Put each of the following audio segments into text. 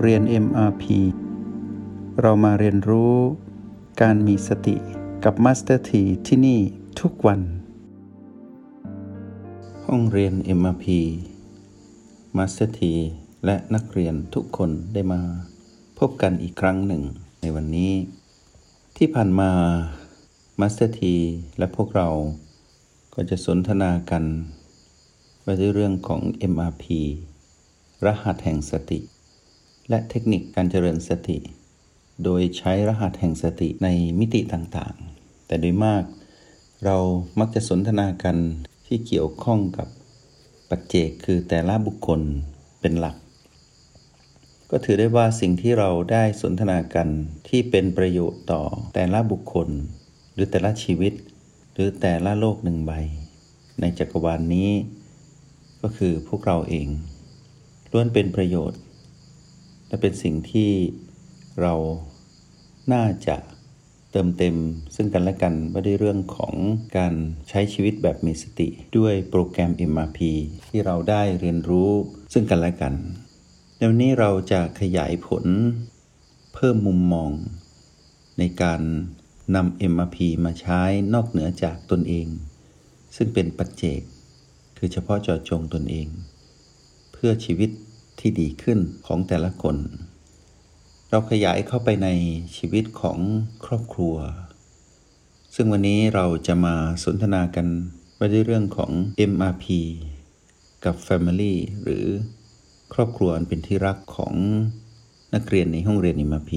เรียน MRP เรามาเรียนรู้การมีสติกับ Master T ที่นี่ทุกวันห้องเรียน MRP Master T และนักเรียนทุกคนได้มาพบกันอีกครั้งหนึ่งในวันนี้ที่ผ่านมา Master T และพวกเราก็จะสนทนากันไปด้วยเรื่องของ MRP รหัสแห่งสติและเทคนิคการเจริญสติโดยใช้รหัสแห่งสติในมิติต่างๆแต่โดยมากเรามักจะสนทนากันที่เกี่ยวข้องกับปัจเจกคือแต่ละบุคคลเป็นหลักก็ถือได้ว่าสิ่งที่เราได้สนทนากันที่เป็นประโยชน์ต่อแต่ละบุคคลหรือแต่ละชีวิตหรือแต่ละโลกหนึ่งใบในจักรวาลนี้ก็คือพวกเราเองล้วนเป็นประโยชน์และเป็นสิ่งที่เราน่าจะเติมเต็มซึ่งกันและกันว่าด้วยเรื่องของการใช้ชีวิตแบบมีสติด้วยโปรแกรม MRP ที่เราได้เรียนรู้ซึ่งกันและกันในวันนี้เราจะขยายผลเพิ่มมุมมองในการนำ MRP มาใช้นอกเหนือจากตนเองซึ่งเป็นปัจเจกคือเฉพาะเจาะจงตนเองเพื่อชีวิตที่ดีขึ้นของแต่ละคนเราขยายเข้าไปในชีวิตของครอบครัวซึ่งวันนี้เราจะมาสนทนากันว่าด้วยเรื่องของ MRP กับ Family หรือครอบครัวอันเป็นที่รักของนักเรียนในห้องเรียน MRP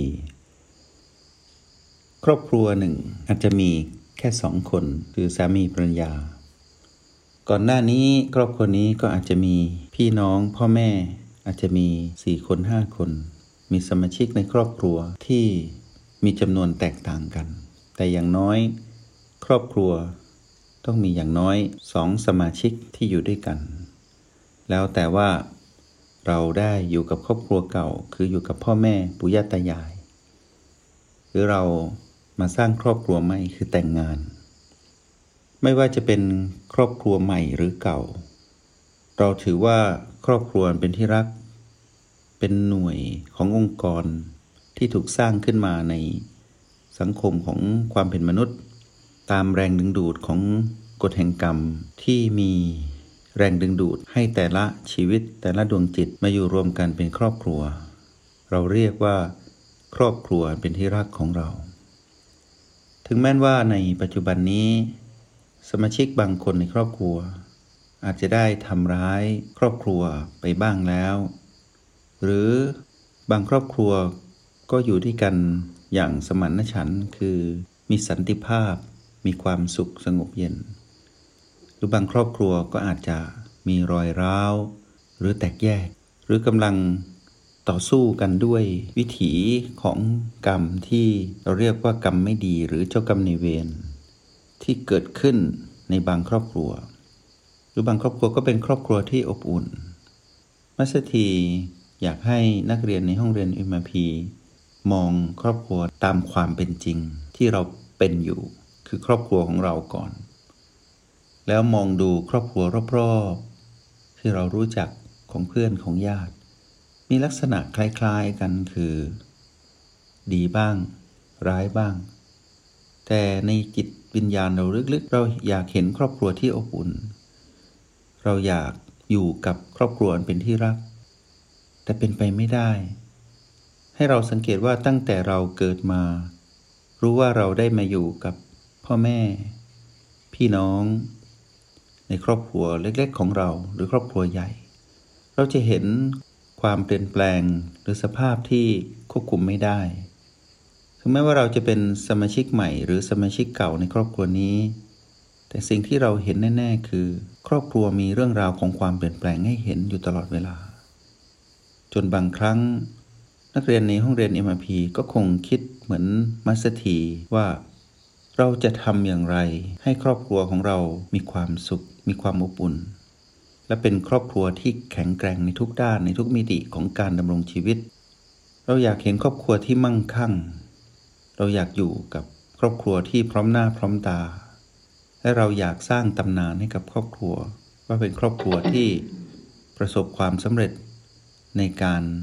ครอบครัวหนึ่งอาจจะมีแค่2คนคือสามีภรรยาก่อนหน้านี้ครอบครัวนี้ก็อาจจะมีพี่น้องพ่อแม่อาจจะมี4คน5คนมีสมาชิกในครอบครัวที่มีจำนวนแตกต่างกันแต่อย่างน้อยครอบครัวต้องมีอย่างน้อย2สมาชิกที่อยู่ด้วยกันแล้วแต่ว่าเราได้อยู่กับครอบครัวเก่าคืออยู่กับพ่อแม่ปู่ย่าตายายหรือเรามาสร้างครอบครัวใหม่คือแต่งงานไม่ว่าจะเป็นครอบครัวใหม่หรือเก่าเราถือว่าครอบครัวเป็นที่รักเป็นหน่วยขององค์กรที่ถูกสร้างขึ้นมาในสังคมของความเป็นมนุษย์ตามแรงดึงดูดของกฎแห่งกรรมที่มีแรงดึงดูดให้แต่ละชีวิตแต่ละดวงจิตมาอยู่รวมกันเป็นครอบครัวเราเรียกว่าครอบครัวเป็นที่รักของเราถึงแม้ว่าในปัจจุบันนี้สมาชิกบางคนในครอบครัวอาจจะได้ทำร้ายครอบครัวไปบ้างแล้วหรือบางครอบครัวก็อยู่ด้วยกันอย่างสมานฉันท์คือมีสันติภาพมีความสุขสงบเย็นหรือบางครอบครัวก็อาจจะมีรอยร้าวหรือแตกแยกหรือกำลังต่อสู้กันด้วยวิถีของกรรมที่เราเรียกว่ากรรมไม่ดีหรือเจ้ากรรมนายเวรที่เกิดขึ้นในบางครอบครัวหรือบางครอบครัวก็เป็นครอบครัวที่อบอุ่นมัสถีอยากให้นักเรียนในห้องเรียน MRP มองครอบครัวตามความเป็นจริงที่เราเป็นอยู่คือครอบครัวของเราก่อนแล้วมองดูครอบครัวรอบๆที่เรารู้จักของเพื่อนของญาติมีลักษณะคล้ายๆกันคือดีบ้างร้ายบ้างแต่ในจิตวิญญาณเราลึกๆเราอยากเห็นครอบครัวที่อบอุ่นเราอยากอยู่กับครอบครัวอันเป็นที่รักแต่เป็นไปไม่ได้ให้เราสังเกตว่าตั้งแต่เราเกิดมารู้ว่าเราได้มาอยู่กับพ่อแม่พี่น้องในครอบครัวเล็กๆของเราหรือครอบครัวใหญ่เราจะเห็นความเปลี่ยนแปลงหรือสภาพที่ควบคุมไม่ได้ถึงแม้ว่าเราจะเป็นสมาชิกใหม่หรือสมาชิกเก่าในครอบครัวนี้แต่สิ่งที่เราเห็นแน่ๆคือครอบครัวมีเรื่องราวของความเปลี่ยนแปลงให้เห็นอยู่ตลอดเวลาจนบางครั้งนักเรียนในห้องเรียน MRP ก็คงคิดเหมือนมัสถีว่าเราจะทำอย่างไรให้ครอบครัวของเรามีความสุขมีความอบอุ่นและเป็นครอบครัวที่แข็งแกร่งในทุกด้านในทุกมิติของการดำรงชีวิตเราอยากเห็นครอบครัวที่มั่งคั่งเราอยากอยู่กับครอบครัวที่พร้อมหน้าพร้อมตาและเราอยากสร้างตำนานให้กับครอบครัวว่าเป็นครอบครัวที่ประสบความสำเร็จในการ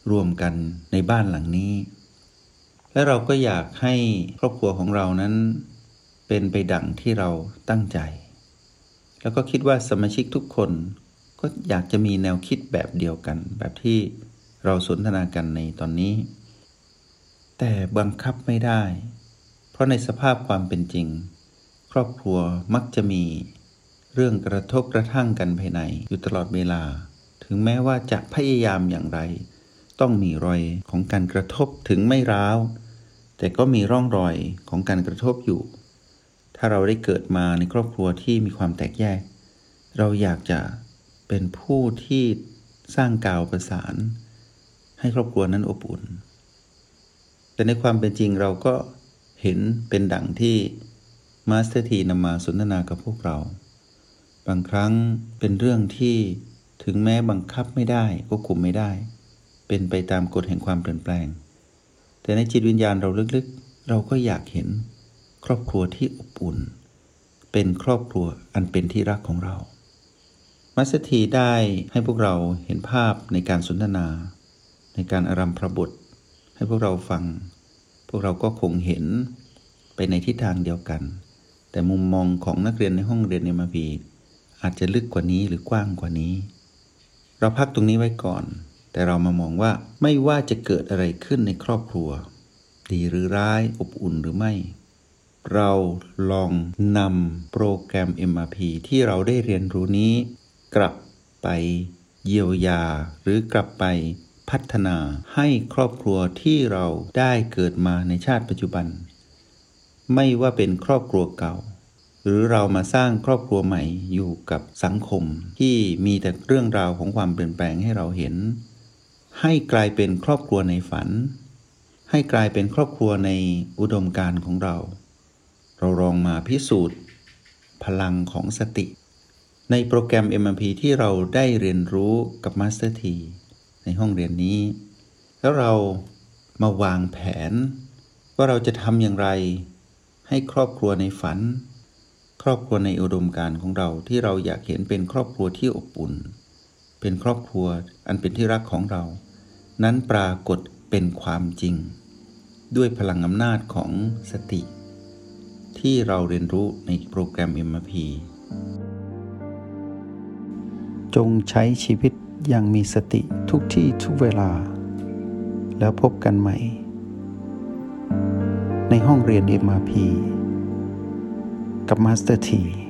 รวมกันในบ้านหลังนี้และเราก็อยากให้ครอบครัวของเรานั้นเป็นไปดั่งที่เราตั้งใจแล้วก็คิดว่าสมาชิกทุกคนก็อยากจะมีแนวคิดแบบเดียวกันแบบที่เราสนทนากันในตอนนี้แต่บังคับไม่ได้เพราะในสภาพความเป็นจริงครอบครัวมักจะมีเรื่องกระทบกระทั่งกันภายในอยู่ตลอดเวลาถึงแม้ว่าจะพยายามอย่างไรต้องมีรอยของการกระทบถึงไม่ร้าวแต่ก็มีร่องรอยของการกระทบอยู่ถ้าเราได้เกิดมาในครอบครัวที่มีความแตกแยกเราอยากจะเป็นผู้ที่สร้างกาวประสานให้ครอบครัวนั้นอบอุ่นแต่ในความเป็นจริงเราก็เห็นเป็นดั่งที่มาสเตอร์ทีนำมาสนทนากับพวกเราบางครั้งเป็นเรื่องที่ถึงแม้บังคับไม่ได้ควบคุมไม่ได้เป็นไปตามกฎแห่งความเปลี่ยนแปลงแต่ในจิตวิญญาณเราลึกๆเราก็อยากเห็นครอบครัวที่อบอุ่นเป็นครอบครัวอันเป็นที่รักของเรามาสเตอร์ทีได้ให้พวกเราเห็นภาพในการสนทนาในการอารัมพระบทให้พวกเราฟังพวกเราก็คงเห็นไปในทิศทางเดียวกันแต่มุมมองของนักเรียนในห้องเรียนในMRPอาจจะลึกกว่านี้หรือกว้างกว่านี้เราพักตรงนี้ไว้ก่อนแต่เรามามองว่าไม่ว่าจะเกิดอะไรขึ้นในครอบครัวดีหรือร้ายอบอุ่นหรือไม่เราลองนำโปรแกรม MRP ที่เราได้เรียนรู้นี้กลับไปเยียวยาหรือกลับไปพัฒนาให้ครอบครัวที่เราได้เกิดมาในชาติปัจจุบันไม่ว่าเป็นครอบครัวเก่าหรือเรามาสร้างครอบครัวใหม่อยู่กับสังคมที่มีแต่เรื่องราวของความเปลี่ยนแปลงให้เราเห็นให้กลายเป็นครอบครัวในฝันให้กลายเป็นครอบครัวในอุดมการณ์ของเราลองมาพิสูจน์พลังของสติในโปรแกรม MRP ที่เราได้เรียนรู้กับมาสเตอร์ทีในห้องเรียนนี้แล้วเรามาวางแผนว่าเราจะทำอย่างไรให้ครอบครัวในฝันครอบครัวในอุดมการณ์ของเราที่เราอยากเห็นเป็นครอบครัวที่อบอุ่นเป็นครอบครัวอันเป็นที่รักของเรานั้นปรากฏเป็นความจริงด้วยพลังอำนาจของสติที่เราเรียนรู้ในโปรแกรม MRP จงใช้ชีวิตอย่างมีสติทุกที่ทุกเวลาแล้วพบกันใหม่ในห้องเรียน MRP กับมาสเตอร์ที